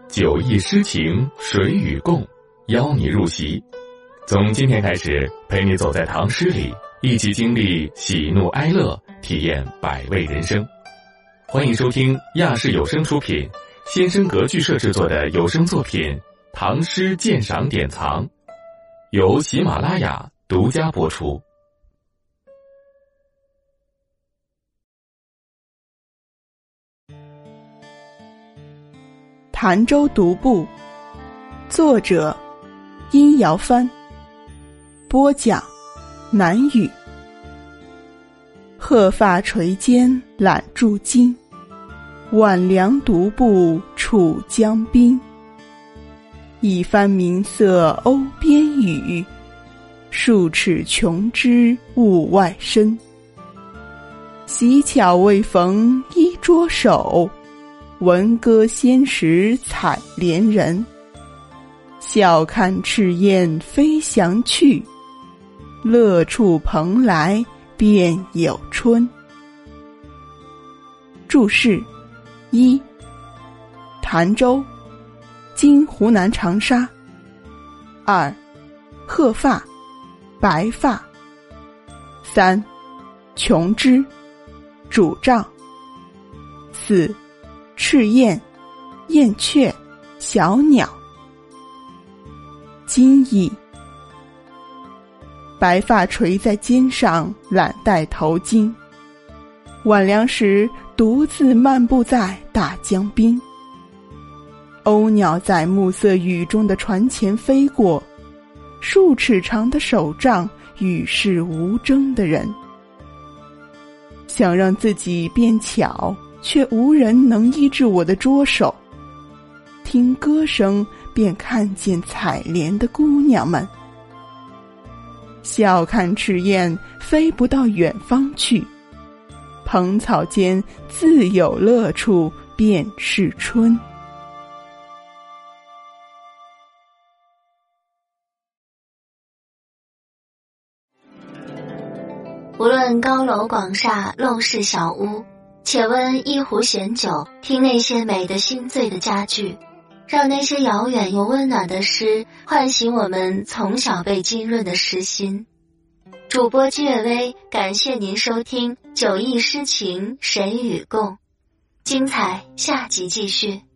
酒意诗情，谁与共？邀你入席。从今天开始，陪你走在唐诗里，一起经历喜怒哀乐，体验百味人生。欢迎收听亚视有声出品，先声格剧社制作的有声作品《唐诗鉴赏典藏》，由喜马拉雅独家播出。 潭州独步，作者殷尧帆，播讲南语。鹤发垂肩揽柱巾，晚凉独步楚江滨。一番明色瓯边雨，数尺琼枝雾外深。喜巧未逢一桌手，闻歌先识采莲人。笑看赤燕飞翔去，乐处蓬莱便有春。注释：一、潭州，今湖南长沙。二、鹤发，白发。三、琼枝，拄杖。四、赤燕，燕雀，小鸟。今意：白发垂在肩上，揽带头巾。晚凉时独自漫步在大江滨。鸥鸟在暮色雨中的船前飞过，数尺长的手杖与世无争的人。想让自己变巧，却无人能医治我的拙手。听歌声便看见采莲的姑娘们。笑看赤燕飞不到远方去，蓬草间自有乐处便是春。 无论高楼广厦，陋室小屋，且温一壶闲酒，听那些美得心醉的佳句，让那些遥远又温暖的诗唤醒我们从小被浸润的诗心。主播姬月薇，感谢您收听《酒意诗情谁与共》，精彩下集继续。